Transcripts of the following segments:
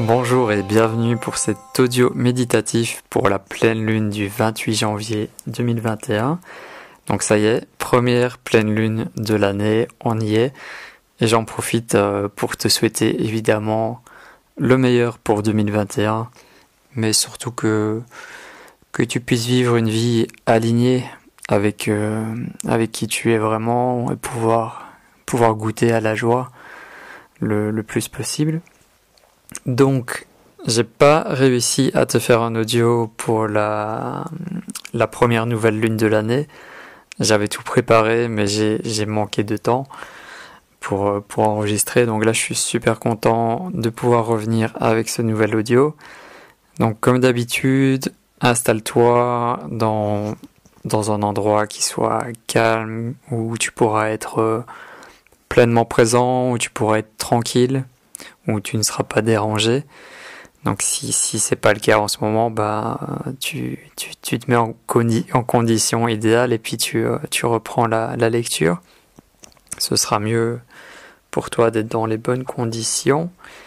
Bonjour et bienvenue pour cet audio méditatif pour la pleine lune du 28 janvier 2021. Donc ça y est, première pleine lune de l'année, on y est. Et j'en profite pour te souhaiter évidemment le meilleur pour 2021, mais surtout que tu puisses vivre une vie alignée avec qui tu es vraiment et pouvoir goûter à la joie le plus possible. Donc, j'ai pas réussi à te faire un audio pour la première nouvelle lune de l'année. J'avais tout préparé, mais j'ai manqué de temps pour enregistrer. Donc là, je suis super content de pouvoir revenir avec ce nouvel audio. Donc, comme d'habitude, installe-toi dans un endroit qui soit calme, où tu pourras être pleinement présent, où tu pourras être tranquille, où tu ne seras pas dérangé. Donc si c'est pas le cas en ce moment, tu te mets en condition idéale et puis tu reprends la lecture. Ce sera mieux pour toi d'être dans les bonnes conditions.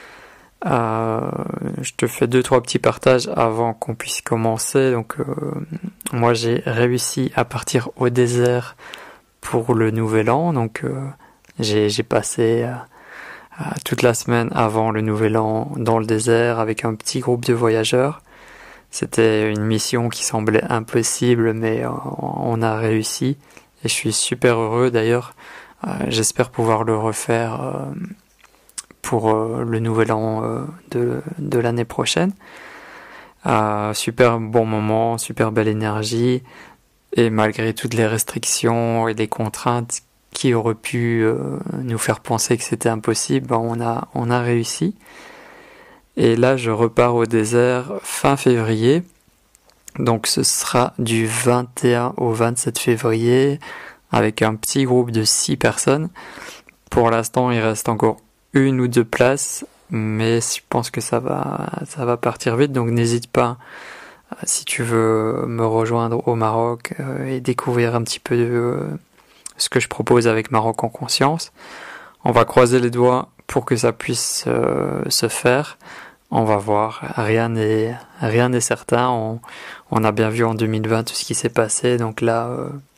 Je te fais 2-3 petits partages avant qu'on puisse commencer. Donc moi j'ai réussi à partir au désert pour le nouvel an. Donc j'ai passé toute la semaine avant le nouvel an dans le désert avec un petit groupe de voyageurs. C'était une mission qui semblait impossible, mais on a réussi et je suis super heureux d'ailleurs. J'espère pouvoir le refaire pour le nouvel an de l'année prochaine. Super bon moment, super belle énergie, et malgré toutes les restrictions et les contraintes qui aurait pu nous faire penser que c'était impossible, on a réussi. Et là, je repars au désert fin février. Donc ce sera du 21 au 27 février avec un petit groupe de 6 personnes. Pour l'instant, il reste encore 1 ou 2 places, mais je pense que ça va partir vite. Donc n'hésite pas, si tu veux me rejoindre au Maroc et découvrir un petit peu ce que je propose avec Maroc en conscience. On va croiser les doigts pour que ça puisse se faire. On va voir. Rien n'est certain. On a bien vu en 2020 tout ce qui s'est passé. Donc là,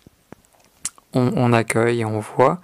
on accueille et on voit.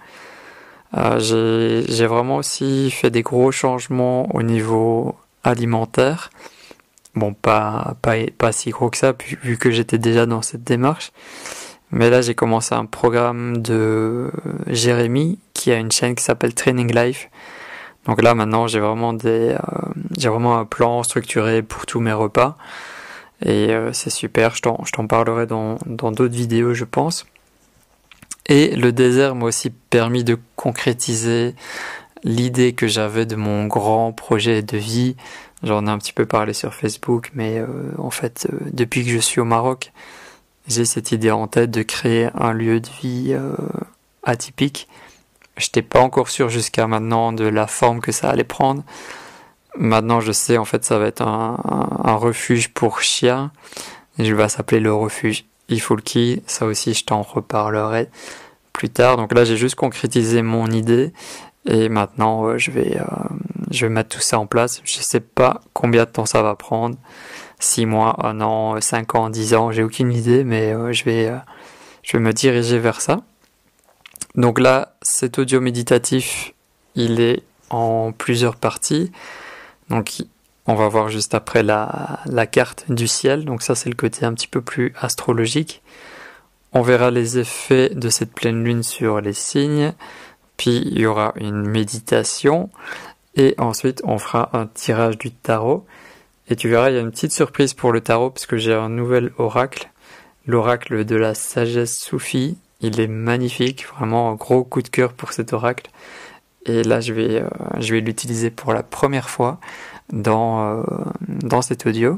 J'ai vraiment aussi fait des gros changements au niveau alimentaire. Bon, pas si gros que ça, vu que j'étais déjà dans cette démarche. Mais là, j'ai commencé un programme de Jérémy qui a une chaîne qui s'appelle Training Life. Donc là, maintenant, j'ai vraiment un plan structuré pour tous mes repas. Et c'est super, je t'en parlerai dans d'autres vidéos, je pense. Et le désert m'a aussi permis de concrétiser l'idée que j'avais de mon grand projet de vie. J'en ai un petit peu parlé sur Facebook, mais en fait, depuis que je suis au Maroc, j'ai cette idée en tête de créer un lieu de vie atypique. Je n'étais pas encore sûr jusqu'à maintenant de la forme que ça allait prendre. Maintenant, je sais, en fait, ça va être un refuge pour chiens. Et il va s'appeler le refuge Ifulki. Ça aussi, je t'en reparlerai plus tard. Donc là, j'ai juste concrétisé mon idée. Et maintenant, je vais mettre tout ça en place. Je ne sais pas combien de temps ça va prendre. 6 mois, 1 an, 5 ans, 10 ans, j'ai aucune idée, mais je vais me diriger vers ça. Donc là, cet audio méditatif, il est en plusieurs parties. Donc on va voir juste après la carte du ciel. Donc ça, c'est le côté un petit peu plus astrologique. On verra les effets de cette pleine lune sur les signes. Puis il y aura une méditation. Et ensuite, on fera un tirage du tarot. Et tu verras, il y a une petite surprise pour le tarot, parce que j'ai un nouvel oracle, l'oracle de la sagesse soufie. Il est magnifique, vraiment un gros coup de cœur pour cet oracle. Et là, je vais l'utiliser pour la première fois dans cet audio.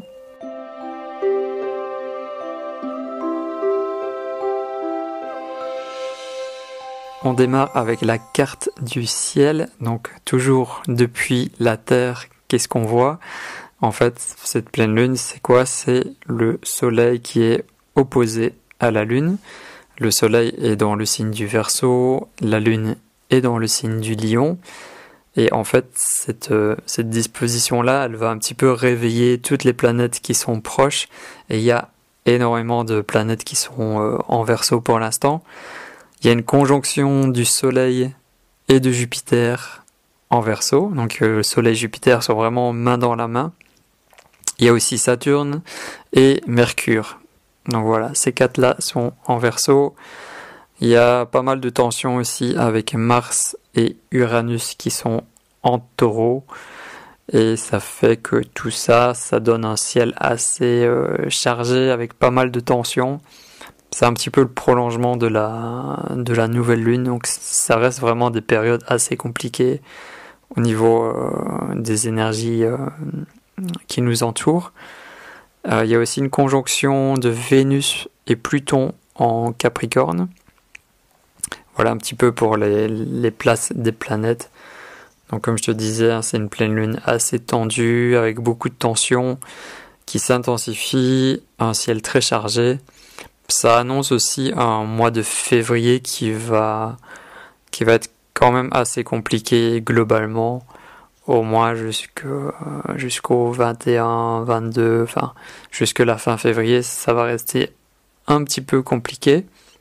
On démarre avec la carte du ciel, donc toujours depuis la Terre, qu'est-ce qu'on voit ? En fait, cette pleine lune, c'est quoi ? C'est le soleil qui est opposé à la lune. Le soleil est dans le signe du Verseau, la lune est dans le signe du Lion. Et en fait, cette disposition-là, elle va un petit peu réveiller toutes les planètes qui sont proches. Et il y a énormément de planètes qui sont en Verseau pour l'instant. Il y a une conjonction du Soleil et de Jupiter en Verseau. Donc le Soleil et Jupiter sont vraiment main dans la main. Il y a aussi Saturne et Mercure. Donc voilà, ces quatre-là sont en Verseau. Il y a pas mal de tensions aussi avec Mars et Uranus qui sont en Taureau. Et ça fait que tout ça, ça donne un ciel assez chargé avec pas mal de tensions. C'est un petit peu le prolongement de la nouvelle lune, donc ça reste vraiment des périodes assez compliquées au niveau des énergies qui nous entourent. Il y a aussi une conjonction de Vénus et Pluton en Capricorne. Voilà un petit peu pour les places des planètes. Donc comme je te disais, hein, c'est une pleine lune assez tendue, avec beaucoup de tensions qui s'intensifient, un ciel très chargé. Ça annonce aussi un mois de février qui va être quand même assez compliqué globalement, au moins jusqu'au 21, 22, enfin jusque la fin février, ça va rester un petit peu compliqué.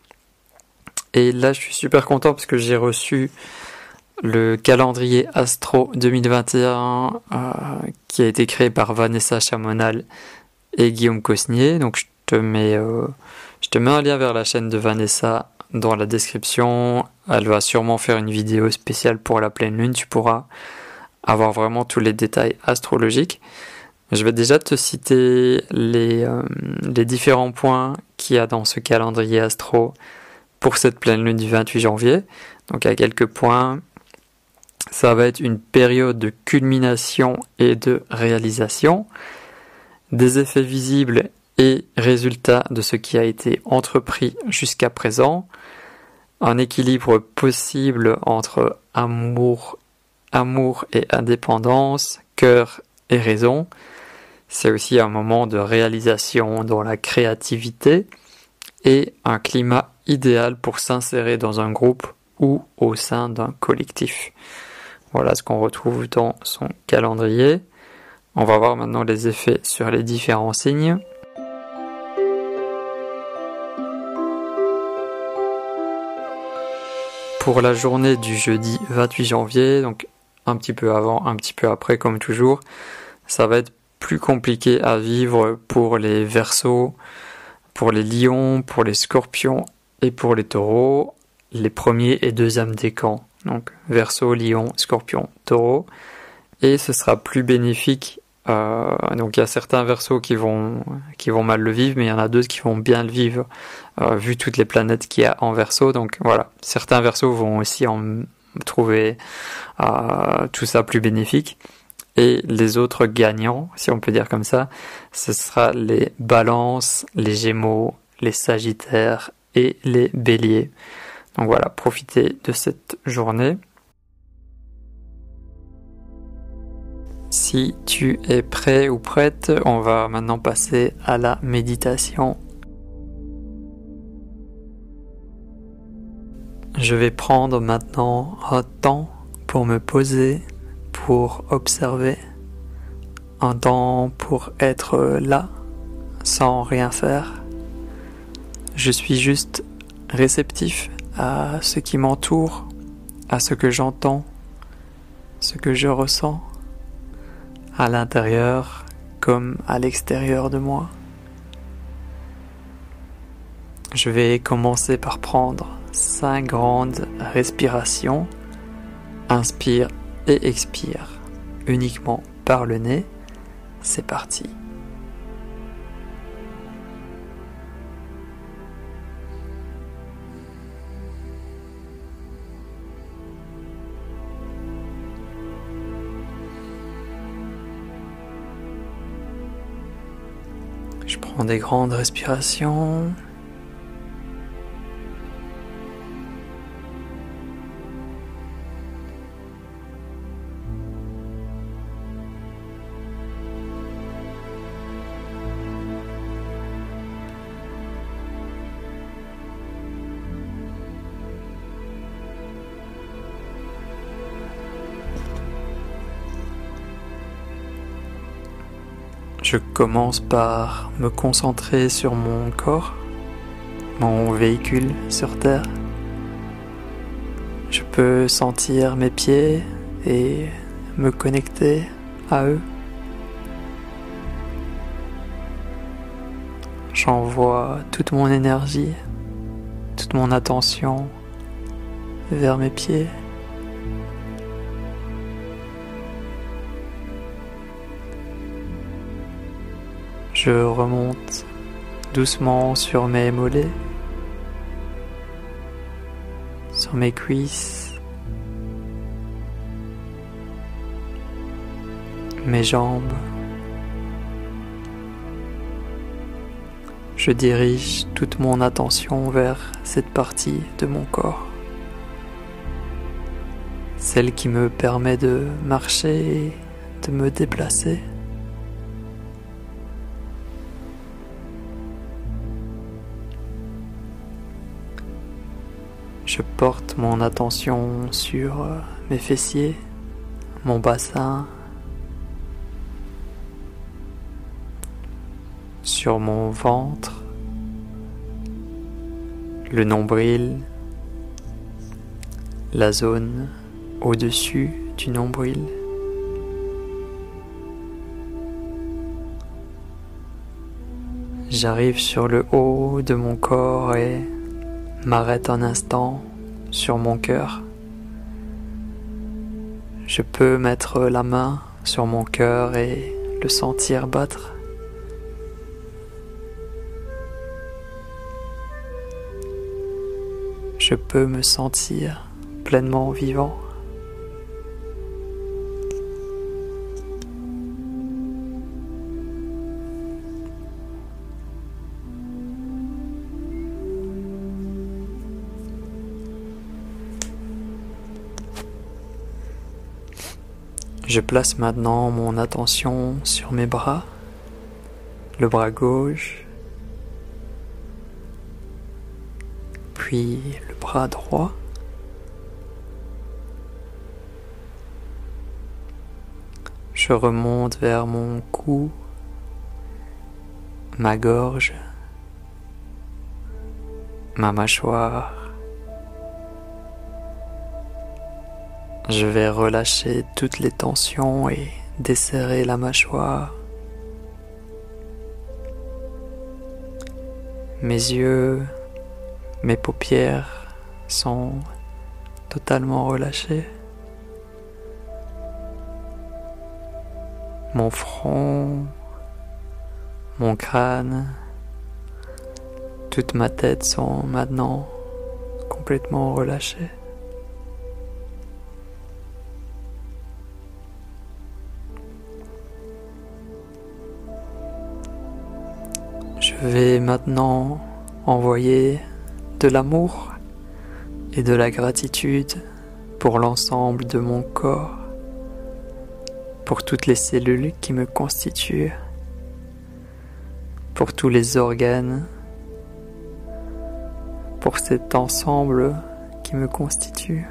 Et là, je suis super content parce que j'ai reçu le calendrier Astro 2021 qui a été créé par Vanessa Chamonal et Guillaume Cosnier. Donc je te mets un lien vers la chaîne de Vanessa dans la description. Elle va sûrement faire une vidéo spéciale pour la pleine lune. Tu pourras avoir vraiment tous les détails astrologiques. Je vais déjà te citer les différents points qu'il y a dans ce calendrier astro pour cette pleine lune du 28 janvier. Donc il y a quelques points. Ça va être une période de culmination et de réalisation, des effets visibles et résultats de ce qui a été entrepris jusqu'à présent, un équilibre possible entre amour et indépendance, cœur et raison. C'est aussi un moment de réalisation dans la créativité et un climat idéal pour s'insérer dans un groupe ou au sein d'un collectif. Voilà ce qu'on retrouve dans son calendrier. On va voir maintenant les effets sur les différents signes. Pour la journée du jeudi 28 janvier, donc un petit peu avant, un petit peu après comme toujours, ça va être plus compliqué à vivre pour les Verseaux, pour les Lions, pour les Scorpions et pour les Taureaux, les premiers et deuxièmes décans. Donc Verseau, Lion, Scorpion, Taureau. Et ce sera plus bénéfique. Donc il y a certains Verseaux qui vont mal le vivre, mais il y en a d'autres qui vont bien le vivre, vu toutes les planètes qu'il y a en Verseau. Donc voilà, certains Verseaux vont aussi en trouver tout ça plus bénéfique. Et les autres gagnants, si on peut dire comme ça, ce sera les Balances, les Gémeaux, les Sagittaires et les Béliers. Donc voilà, profitez de cette journée. Si tu es prêt ou prête, on va maintenant passer à la méditation. Je vais prendre maintenant un temps pour me poser, pour observer, un temps pour être là, sans rien faire. Je suis juste réceptif à ce qui m'entoure, à ce que j'entends, ce que je ressens, à l'intérieur comme à l'extérieur de moi. Je vais commencer par prendre 5 grandes respirations. Inspire et expire uniquement par le nez. C'est parti. Je prends des grandes respirations. Je commence par me concentrer sur mon corps, mon véhicule sur Terre. Je peux sentir mes pieds et me connecter à eux. J'envoie toute mon énergie, toute mon attention vers mes pieds. Je remonte doucement sur mes mollets, sur mes cuisses, mes jambes. Je dirige toute mon attention vers cette partie de mon corps, celle qui me permet de marcher et de me déplacer. Je porte mon attention sur mes fessiers, mon bassin, sur mon ventre, le nombril, la zone au-dessus du nombril. J'arrive sur le haut de mon corps et m'arrête un instant sur mon cœur. Je peux mettre la main sur mon cœur et le sentir battre. Je peux me sentir pleinement vivant. Je place maintenant mon attention sur mes bras, le bras gauche, puis le bras droit. Je remonte vers mon cou, ma gorge, ma mâchoire. Je vais relâcher toutes les tensions et desserrer la mâchoire. Mes yeux, mes paupières sont totalement relâchées. Mon front, mon crâne, toute ma tête sont maintenant complètement relâchées. Je vais maintenant envoyer de l'amour et de la gratitude pour l'ensemble de mon corps, pour toutes les cellules qui me constituent, pour tous les organes, pour cet ensemble qui me constitue.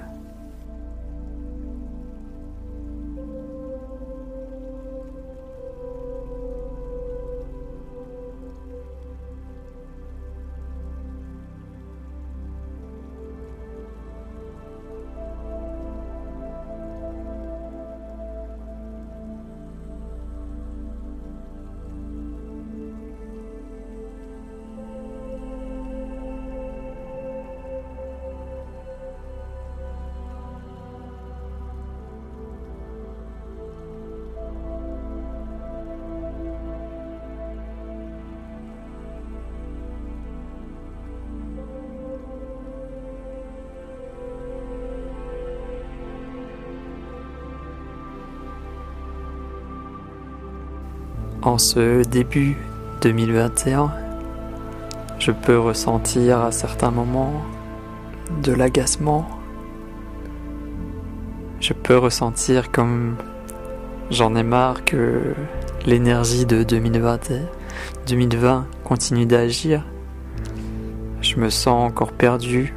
En ce début 2021, je peux ressentir à certains moments de l'agacement. Je peux ressentir comme j'en ai marre que l'énergie de 2020 continue d'agir. Je me sens encore perdu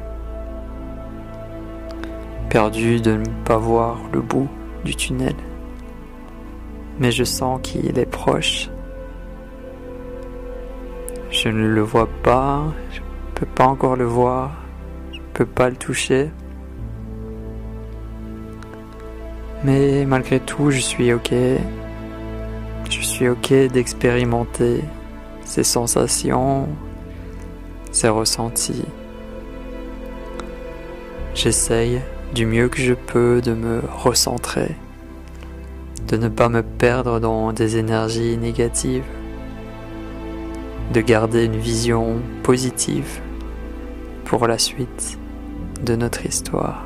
de ne pas voir le bout du tunnel. Mais je sens qu'il est proche Je ne le vois pas, je peux pas encore le voir, je peux pas le toucher. Mais malgré tout, je suis ok. Je suis ok d'expérimenter ces sensations, ces ressentis. J'essaye du mieux que je peux de me recentrer, de ne pas me perdre dans des énergies négatives, de garder une vision positive pour la suite de notre histoire.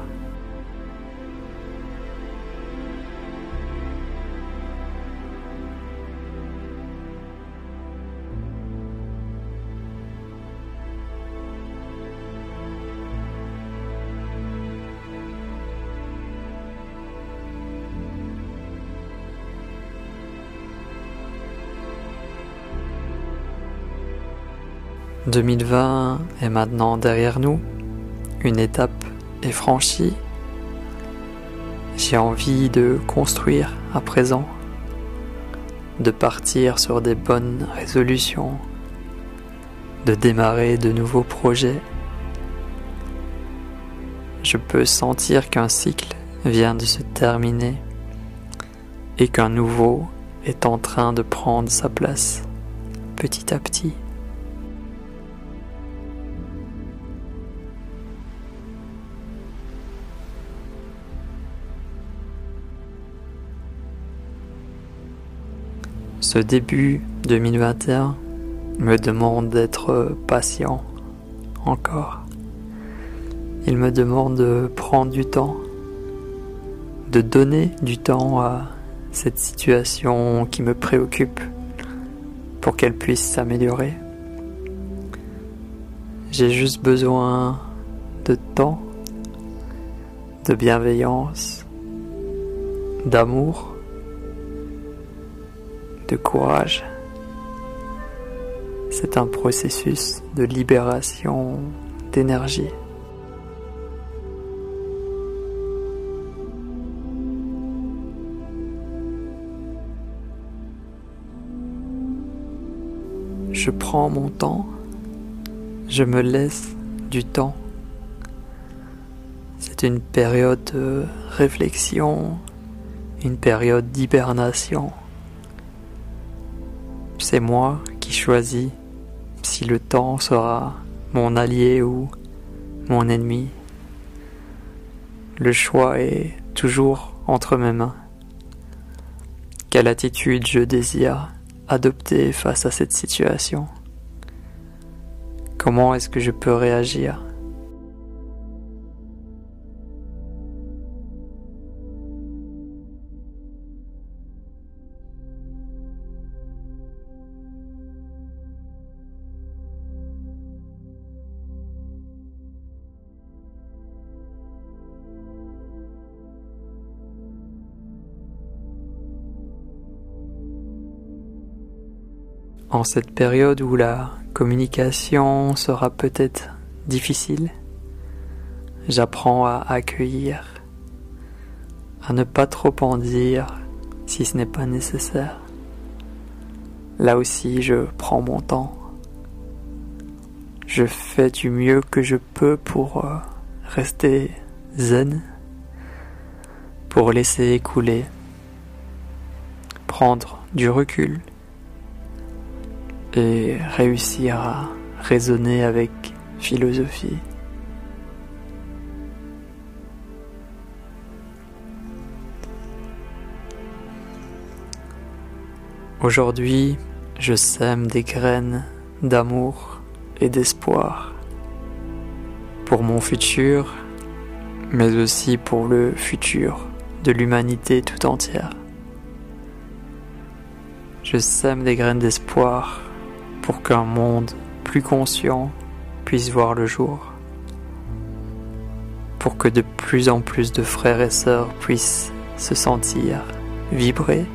« 2020 est maintenant derrière nous, une étape est franchie. J'ai envie de construire à présent, de partir sur des bonnes résolutions, de démarrer de nouveaux projets. Je peux sentir qu'un cycle vient de se terminer et qu'un nouveau est en train de prendre sa place petit à petit. Ce début 2021 me demande d'être patient encore. Il me demande de prendre du temps, de donner du temps à cette situation qui me préoccupe pour qu'elle puisse s'améliorer. J'ai juste besoin de temps, de bienveillance, d'amour, de courage. C'est un processus de libération d'énergie. Je prends mon temps, je me laisse du temps. C'est une période de réflexion, une période d'hibernation. C'est moi qui choisis si le temps sera mon allié ou mon ennemi. Le choix est toujours entre mes mains. Quelle attitude je désire adopter face à cette situation? Comment est-ce que je peux réagir? En cette période où la communication sera peut-être difficile, j'apprends à accueillir, à ne pas trop en dire si ce n'est pas nécessaire. Là aussi, je prends mon temps. Je fais du mieux que je peux pour rester zen, pour laisser écouler, prendre du recul et réussir à raisonner avec philosophie. Aujourd'hui, je sème des graines d'amour et d'espoir pour mon futur, mais aussi pour le futur de l'humanité tout entière. Je sème des graines d'espoir pour qu'un monde plus conscient puisse voir le jour, pour que de plus en plus de frères et sœurs puissent se sentir vibrer,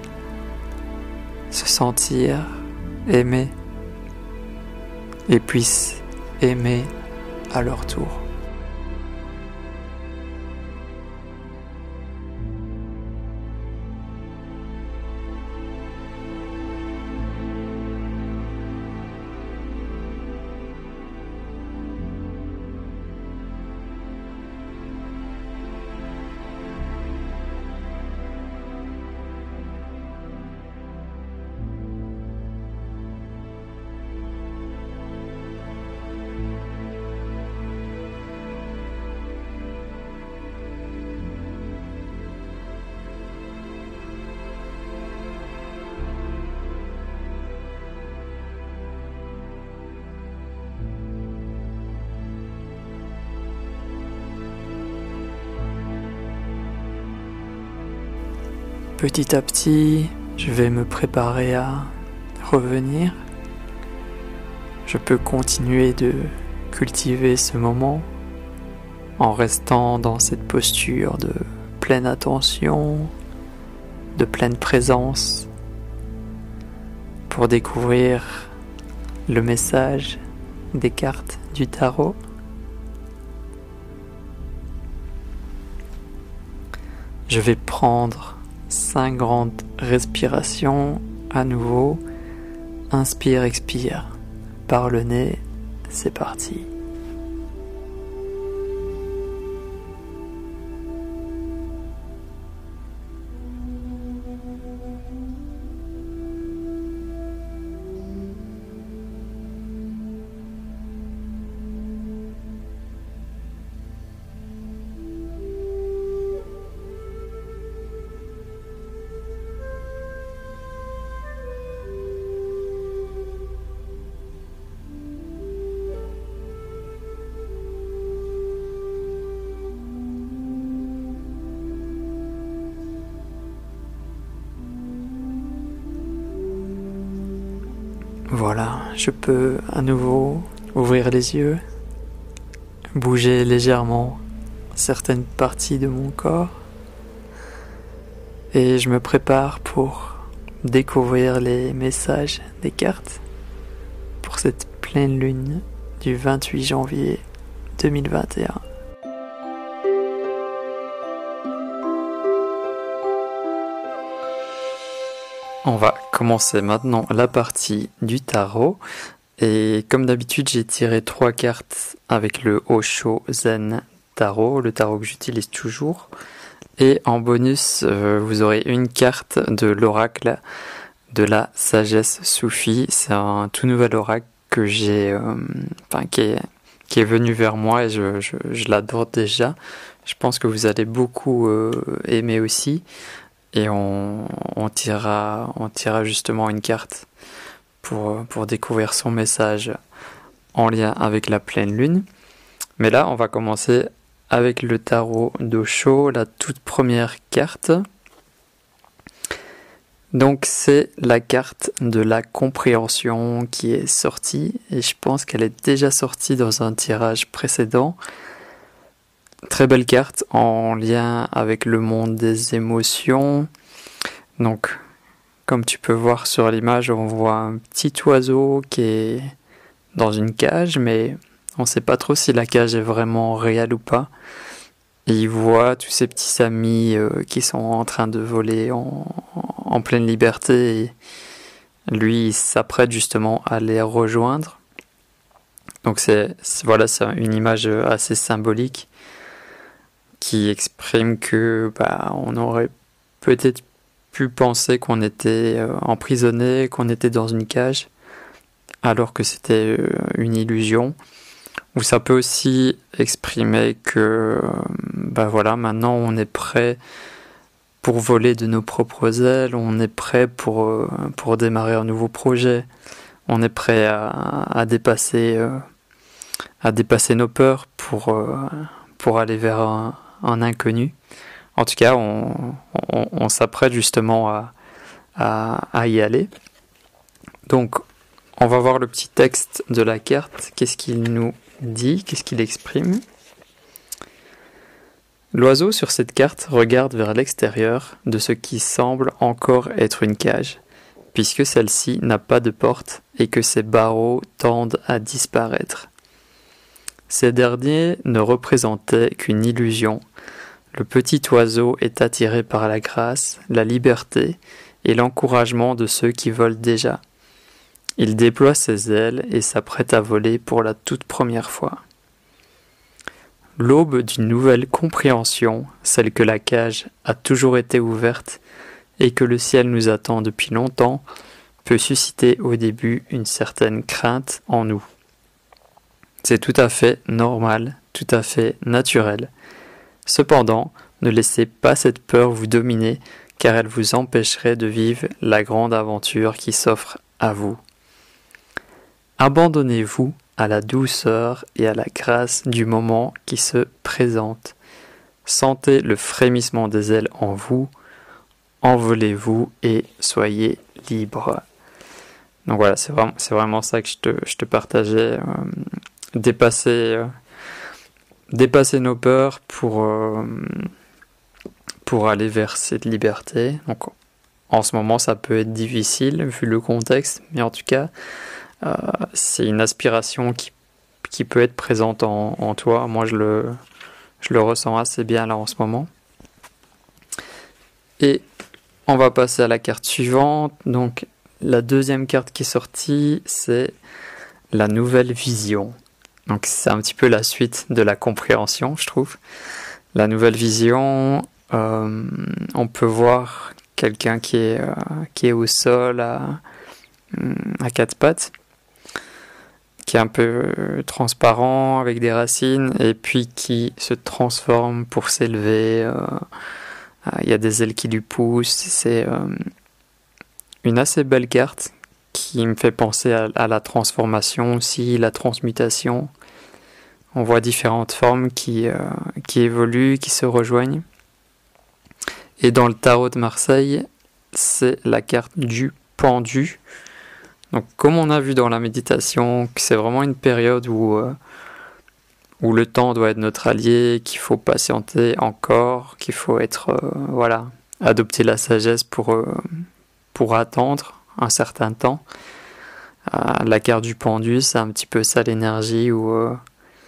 se sentir aimés et puissent aimer à leur tour. petit à petit, je vais me préparer à revenir. Je peux continuer de cultiver ce moment en restant dans cette posture de pleine attention, de pleine présence, pour découvrir le message des cartes du tarot. Je vais prendre 5 grandes respirations à nouveau. Inspire, expire. Par le nez, c'est parti. Voilà, je peux à nouveau ouvrir les yeux, bouger légèrement certaines parties de mon corps et je me prépare pour découvrir les messages des cartes pour cette pleine lune du 28 janvier 2021. On va commencer maintenant la partie du tarot. Et comme d'habitude, j'ai tiré 3 cartes avec le Osho Zen Tarot, le tarot que j'utilise toujours. Et en bonus, vous aurez une carte de l'oracle de la sagesse soufie. C'est un tout nouvel oracle que j'ai, qui est venu vers moi et je l'adore déjà. Je pense que vous allez beaucoup aimer aussi. Et on tirera justement une carte pour découvrir son message en lien avec la pleine lune. Mais là, on va commencer avec le tarot d'Osho, la toute première carte. Donc c'est la carte de la compréhension qui est sortie, et je pense qu'elle est déjà sortie dans un tirage précédent. Très belle carte en lien avec le monde des émotions. Donc, comme tu peux voir sur l'image, on voit un petit oiseau qui est dans une cage, mais on ne sait pas trop si la cage est vraiment réelle ou pas. Et il voit tous ses petits amis qui sont en train de voler en pleine liberté. Et lui, il s'apprête justement à les rejoindre. Donc c'est une image assez symbolique qui exprime que on aurait peut-être pu penser qu'on était emprisonné, qu'on était dans une cage, alors que c'était une illusion. Ou ça peut aussi exprimer que maintenant on est prêt pour voler de nos propres ailes, on est prêt pour démarrer un nouveau projet, on est prêt à dépasser nos peurs pour aller vers un inconnu. En tout cas, on s'apprête justement à y aller. Donc, on va voir le petit texte de la carte. Qu'est-ce qu'il nous dit? Qu'est-ce qu'il exprime? L'oiseau sur cette carte regarde vers l'extérieur de ce qui semble encore être une cage, puisque celle-ci n'a pas de porte et que ses barreaux tendent à disparaître. Ces derniers ne représentaient qu'une illusion. Le petit oiseau est attiré par la grâce, la liberté et l'encouragement de ceux qui volent déjà. Il déploie ses ailes et s'apprête à voler pour la toute première fois. L'aube d'une nouvelle compréhension, celle que la cage a toujours été ouverte et que le ciel nous attend depuis longtemps, peut susciter au début une certaine crainte en nous. C'est tout à fait normal, tout à fait naturel. Cependant, ne laissez pas cette peur vous dominer, car elle vous empêcherait de vivre la grande aventure qui s'offre à vous. Abandonnez-vous à la douceur et à la grâce du moment qui se présente. Sentez le frémissement des ailes en vous, envolez-vous et soyez libres. Donc voilà, c'est vraiment ça que je te partageais. Dépasser nos peurs pour aller vers cette liberté. Donc en ce moment, ça peut être difficile vu le contexte, mais en tout cas, c'est une aspiration qui peut être présente en toi. Moi, je le ressens assez bien là en ce moment. Et on va passer à la carte suivante. Donc, la deuxième carte qui est sortie, c'est la nouvelle vision. Donc, c'est un petit peu la suite de la compréhension, je trouve. La nouvelle vision, on peut voir quelqu'un qui est au sol à quatre pattes, qui est un peu transparent avec des racines et puis qui se transforme pour s'élever. Il y a des ailes qui lui poussent. C'est une assez belle carte qui me fait penser à la transformation aussi, la transmutation. On voit différentes formes qui évoluent, qui se rejoignent. Et dans le tarot de Marseille, c'est la carte du pendu. Donc comme on a vu dans la méditation, que c'est vraiment une période où le temps doit être notre allié, qu'il faut patienter encore, qu'il faut être, adopter la sagesse pour attendre un certain temps. La carte du pendu, c'est un petit peu ça l'énergie où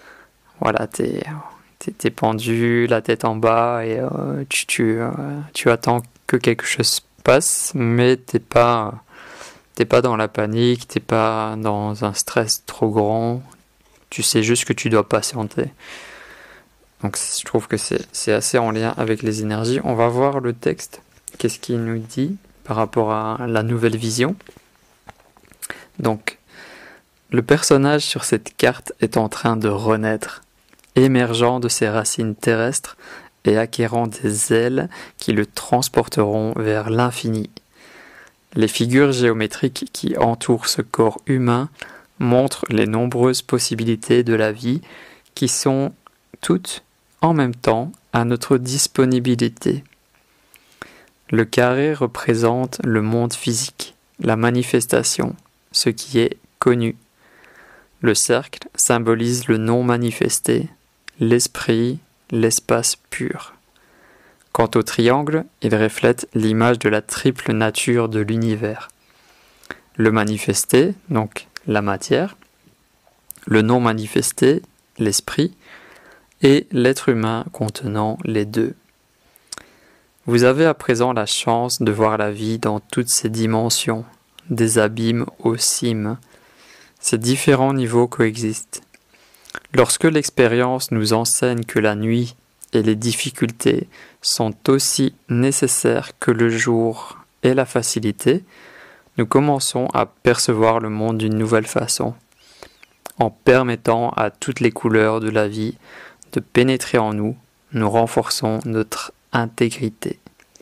t'es pendu, la tête en bas et tu attends que quelque chose passe, mais t'es pas dans la panique, t'es pas dans un stress trop grand. Tu sais juste que tu dois patienter. Donc je trouve que c'est assez en lien avec les énergies. On va voir le texte. Qu'est-ce qu'il nous dit par rapport à la nouvelle vision. Donc, le personnage sur cette carte est en train de renaître, émergeant de ses racines terrestres et acquérant des ailes qui le transporteront vers l'infini. Les figures géométriques qui entourent ce corps humain montrent les nombreuses possibilités de la vie qui sont toutes en même temps à notre disponibilité. Le carré représente le monde physique, la manifestation, ce qui est connu. Le cercle symbolise le non manifesté, l'esprit, l'espace pur. Quant au triangle, il reflète l'image de la triple nature de l'univers. Le manifesté, donc la matière, le non manifesté, l'esprit, et l'être humain contenant les deux. Vous avez à présent la chance de voir la vie dans toutes ses dimensions, des abîmes aux cimes. Ces différents niveaux coexistent. Lorsque l'expérience nous enseigne que la nuit et les difficultés sont aussi nécessaires que le jour et la facilité, nous commençons à percevoir le monde d'une nouvelle façon, en permettant à toutes les couleurs de la vie de pénétrer en nous, nous renforçons notre intégrité.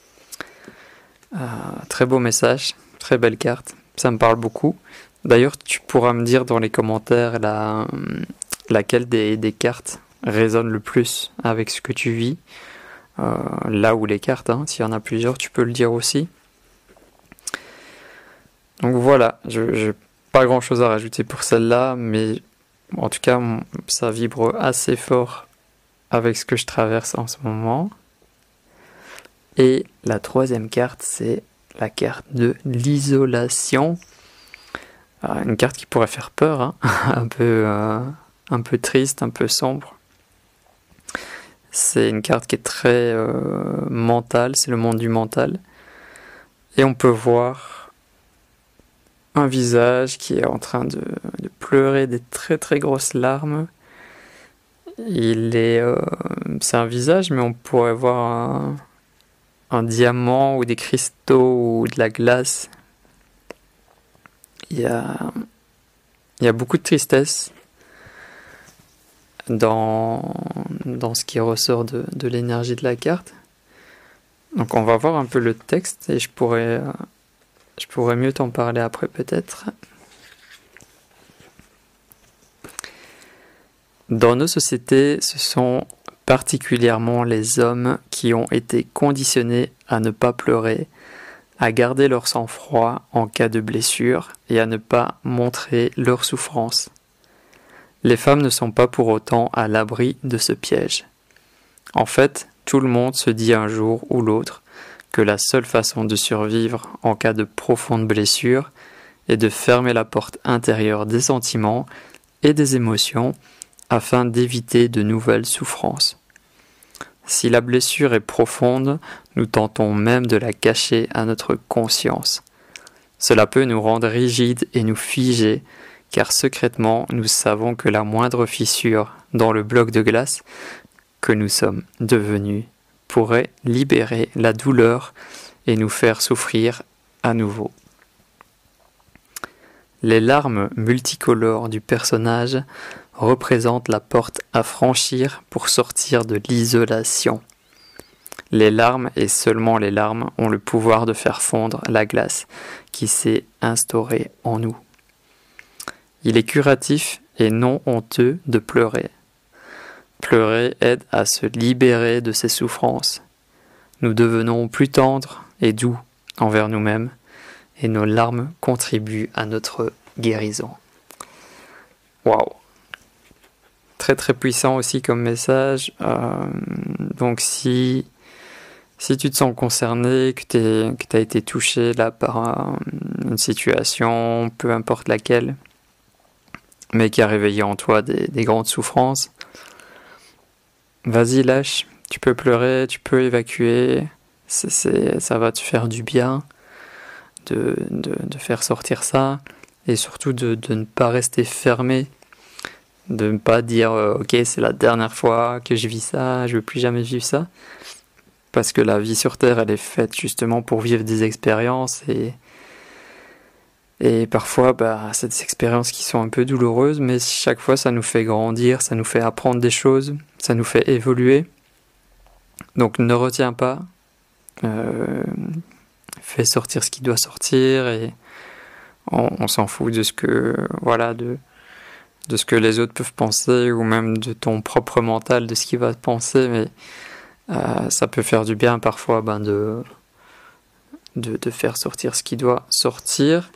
Très beau message, très belle carte, ça me parle beaucoup. D'ailleurs, tu pourras me dire dans les commentaires laquelle des cartes résonne le plus avec ce que tu vis. Là où les cartes, s'il y en a plusieurs, tu peux le dire aussi. Donc voilà, je n'ai pas grand chose à rajouter pour celle-là, mais en tout cas, ça vibre assez fort avec ce que je traverse en ce moment. Et la troisième carte, c'est la carte de l'isolation. Une carte qui pourrait faire peur, un peu triste, un peu sombre. C'est une carte qui est très mentale, c'est le monde du mental. Et on peut voir un visage qui est en train de pleurer des très très grosses larmes. C'est un visage, mais on pourrait voir un diamant ou des cristaux ou de la glace. Il y a beaucoup de tristesse dans ce qui ressort de l'énergie de la carte. Donc on va voir un peu le texte et je pourrais mieux t'en parler après peut-être. Dans nos sociétés, ce sont particulièrement les hommes qui ont été conditionnés à ne pas pleurer, à garder leur sang-froid en cas de blessure et à ne pas montrer leur souffrance. Les femmes ne sont pas pour autant à l'abri de ce piège. En fait, tout le monde se dit un jour ou l'autre que la seule façon de survivre en cas de profonde blessure est de fermer la porte intérieure des sentiments et des émotions afin d'éviter de nouvelles souffrances. Si la blessure est profonde, nous tentons même de la cacher à notre conscience. Cela peut nous rendre rigides et nous figer, car secrètement nous savons que la moindre fissure dans le bloc de glace que nous sommes devenus pourrait libérer la douleur et nous faire souffrir à nouveau. Les larmes multicolores du personnage représentent la porte à franchir pour sortir de l'isolation. Les larmes, et seulement les larmes, ont le pouvoir de faire fondre la glace qui s'est instaurée en nous. Il est curatif et non honteux de pleurer. Pleurer aide à se libérer de ses souffrances. Nous devenons plus tendres et doux envers nous-mêmes et nos larmes contribuent à notre guérison. Waouh! Très très puissant aussi comme message. Donc si tu te sens concerné, que tu as été touché là par une situation, peu importe laquelle, mais qui a réveillé en toi des grandes souffrances, vas-y, lâche. Tu peux pleurer, tu peux évacuer. Ça va te faire du bien de faire sortir ça. Et surtout de ne pas rester fermé. De ne pas dire ok, c'est la dernière fois que je vis ça, je veux plus jamais vivre ça. Parce que la vie sur Terre, elle est faite justement pour vivre des expériences. Et parfois, c'est des expériences qui sont un peu douloureuses, mais chaque fois, ça nous fait grandir, ça nous fait apprendre des choses, ça nous fait évoluer. Donc ne retiens pas, fais sortir ce qui doit sortir, et on s'en fout de ce que, de ce que les autres peuvent penser, ou même de ton propre mental, de ce qu'il va penser, mais ça peut faire du bien parfois de faire sortir ce qui doit sortir.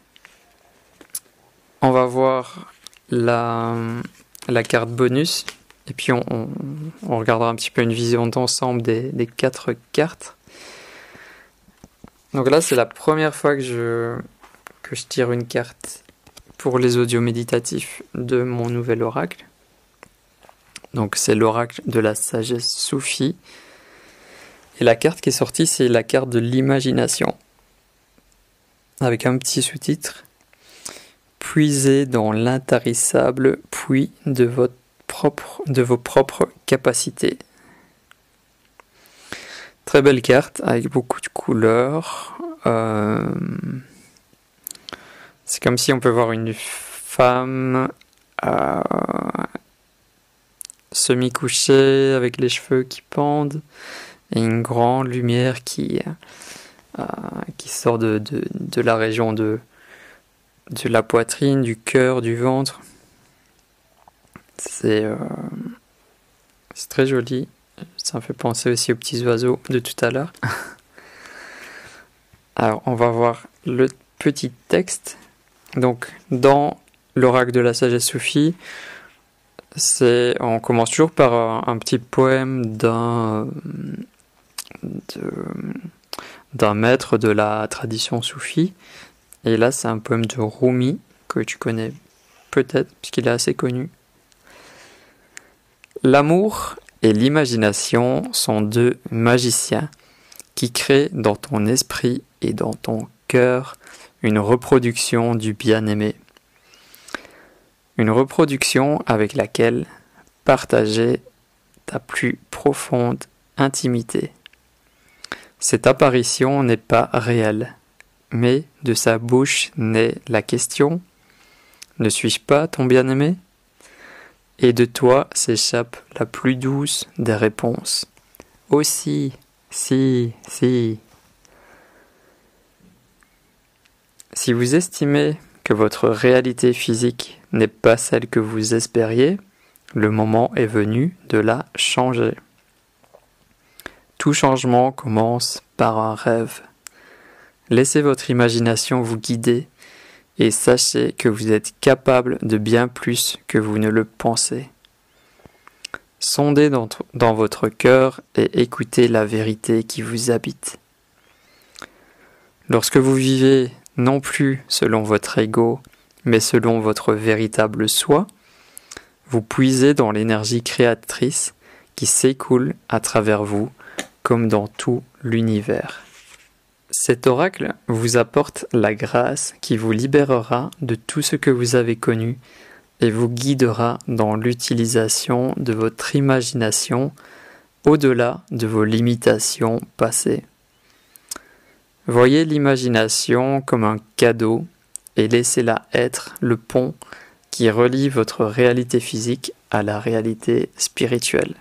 On va voir la carte bonus et puis on regardera un petit peu une vision d'ensemble des 4 cartes. Donc là, c'est la première fois que je tire une carte pour les audios méditatifs de mon nouvel oracle. Donc c'est l'oracle de la sagesse soufie. Et la carte qui est sortie, c'est la carte de l'imagination. Avec un petit sous-titre. Puisez dans l'intarissable puits de vos propres capacités. Très belle carte avec beaucoup de couleurs. C'est comme si on peut voir une femme semi-couchée avec les cheveux qui pendent et une grande lumière qui sort de la région de la poitrine, du cœur, du ventre. C'est très joli. Ça me fait penser aussi aux petits oiseaux de tout à l'heure. Alors, on va voir le petit texte. Donc, dans l'oracle de la sagesse soufie, on commence toujours par un petit poème d'un maître de la tradition soufie. Et là, c'est un poème de Rumi, que tu connais peut-être, puisqu'il est assez connu. L'amour et l'imagination sont 2 magiciens qui créent dans ton esprit et dans ton cœur une reproduction du bien-aimé. Une reproduction avec laquelle partager ta plus profonde intimité. Cette apparition n'est pas réelle. Mais de sa bouche naît la question « Ne suis-je pas ton bien-aimé ?» Et de toi s'échappe la plus douce des réponses. « Aussi, si, si. » Si vous estimez que votre réalité physique n'est pas celle que vous espériez, le moment est venu de la changer. Tout changement commence par un rêve. Laissez votre imagination vous guider et sachez que vous êtes capable de bien plus que vous ne le pensez. Sondez dans votre cœur et écoutez la vérité qui vous habite. Lorsque vous vivez non plus selon votre ego, mais selon votre véritable soi, vous puisez dans l'énergie créatrice qui s'écoule à travers vous comme dans tout l'univers. Cet oracle vous apporte la grâce qui vous libérera de tout ce que vous avez connu et vous guidera dans l'utilisation de votre imagination au-delà de vos limitations passées. Voyez l'imagination comme un cadeau et laissez-la être le pont qui relie votre réalité physique à la réalité spirituelle.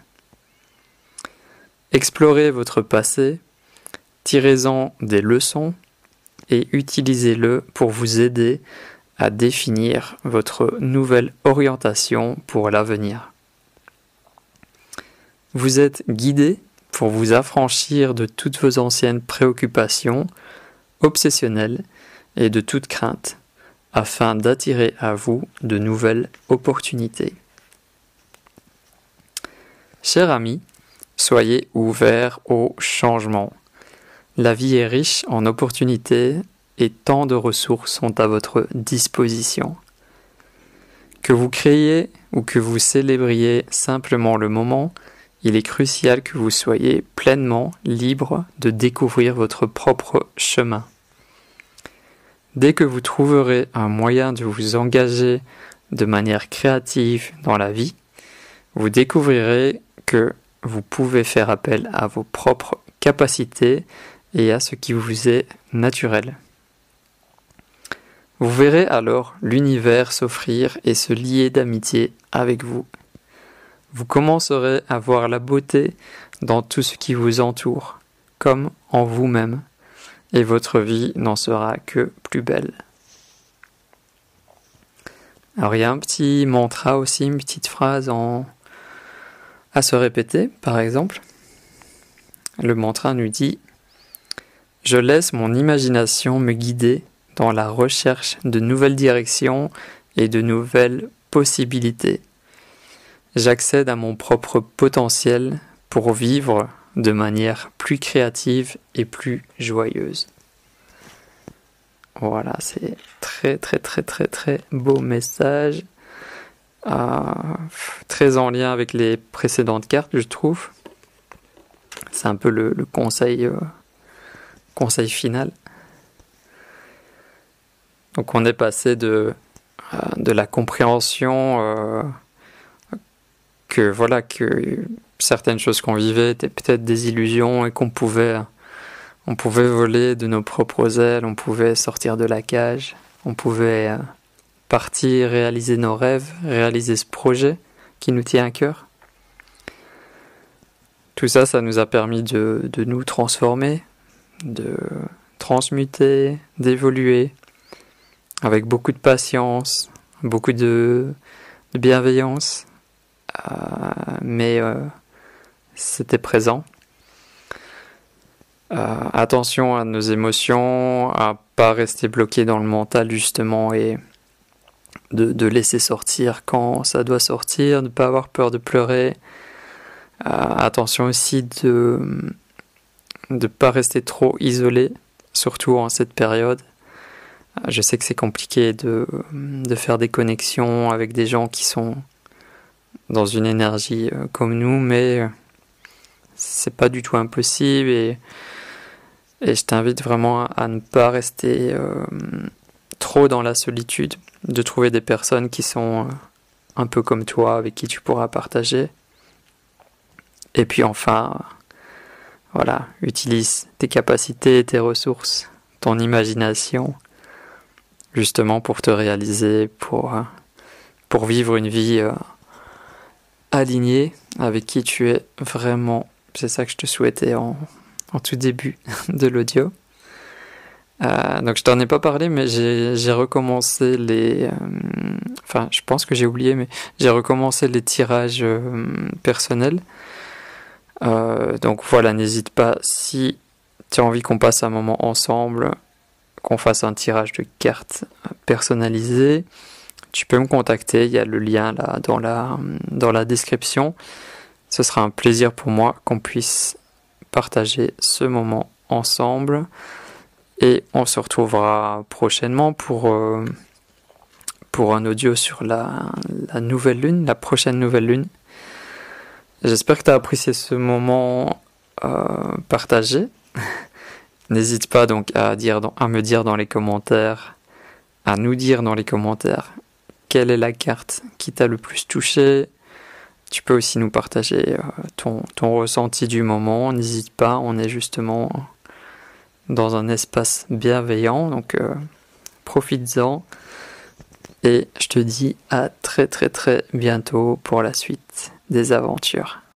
Explorez votre passé, tirez-en des leçons et utilisez-le pour vous aider à définir votre nouvelle orientation pour l'avenir. Vous êtes guidé pour vous affranchir de toutes vos anciennes préoccupations obsessionnelles et de toute crainte, afin d'attirer à vous de nouvelles opportunités. Cher ami, soyez ouvert au changement. La vie est riche en opportunités et tant de ressources sont à votre disposition. Que vous créiez ou que vous célébriez simplement le moment, il est crucial que vous soyez pleinement libre de découvrir votre propre chemin. Dès que vous trouverez un moyen de vous engager de manière créative dans la vie, vous découvrirez que vous pouvez faire appel à vos propres capacités et à ce qui vous est naturel. Vous verrez alors l'univers s'offrir et se lier d'amitié avec vous. Vous commencerez à voir la beauté dans tout ce qui vous entoure, comme en vous-même, et votre vie n'en sera que plus belle. Alors il y a un petit mantra aussi, une petite phrase à se répéter, par exemple. Le mantra nous dit « Je laisse mon imagination me guider dans la recherche de nouvelles directions et de nouvelles possibilités. J'accède à mon propre potentiel pour vivre de manière plus créative et plus joyeuse. » Voilà, c'est très très très très très beau message. Très en lien avec les précédentes cartes, je trouve. C'est un peu le conseil final. Donc on est passé de la compréhension que certaines choses qu'on vivait étaient peut-être des illusions et qu'on pouvait voler de nos propres ailes, on pouvait sortir de la cage, on pouvait partir, réaliser nos rêves, réaliser ce projet qui nous tient à cœur. Tout ça, ça nous a permis de nous transformer, de transmuter, d'évoluer, avec beaucoup de patience, beaucoup de bienveillance, mais c'était présent. Attention à nos émotions, à pas rester bloqué dans le mental justement et de laisser sortir quand ça doit sortir, de ne pas avoir peur de pleurer. Attention aussi de ne pas rester trop isolé, surtout en cette période. Je sais que c'est compliqué de faire des connexions avec des gens qui sont dans une énergie comme nous, mais c'est pas du tout impossible et je t'invite vraiment à ne pas rester trop dans la solitude, de trouver des personnes qui sont un peu comme toi, avec qui tu pourras partager. Et puis enfin, voilà, utilise tes capacités, tes ressources, ton imagination, justement pour te réaliser, pour vivre une vie alignée avec qui tu es vraiment. C'est ça que je te souhaitais en tout début de l'audio. Donc je t'en ai pas parlé, mais j'ai recommencé je pense que j'ai oublié, mais j'ai recommencé les tirages personnels. Donc voilà, n'hésite pas, si tu as envie qu'on passe un moment ensemble, qu'on fasse un tirage de cartes personnalisé, tu peux me contacter, il y a le lien là dans la description. Ce sera un plaisir pour moi qu'on puisse partager ce moment ensemble et on se retrouvera prochainement pour un audio sur la nouvelle lune, la prochaine nouvelle lune. J'espère que tu as apprécié ce moment partagé. N'hésite pas donc à me dire dans les commentaires, à nous dire dans les commentaires quelle est la carte qui t'a le plus touché. Tu peux aussi nous partager ton ressenti du moment. N'hésite pas, on est justement dans un espace bienveillant, donc profites-en. Et je te dis à très très très bientôt pour la suite des aventures.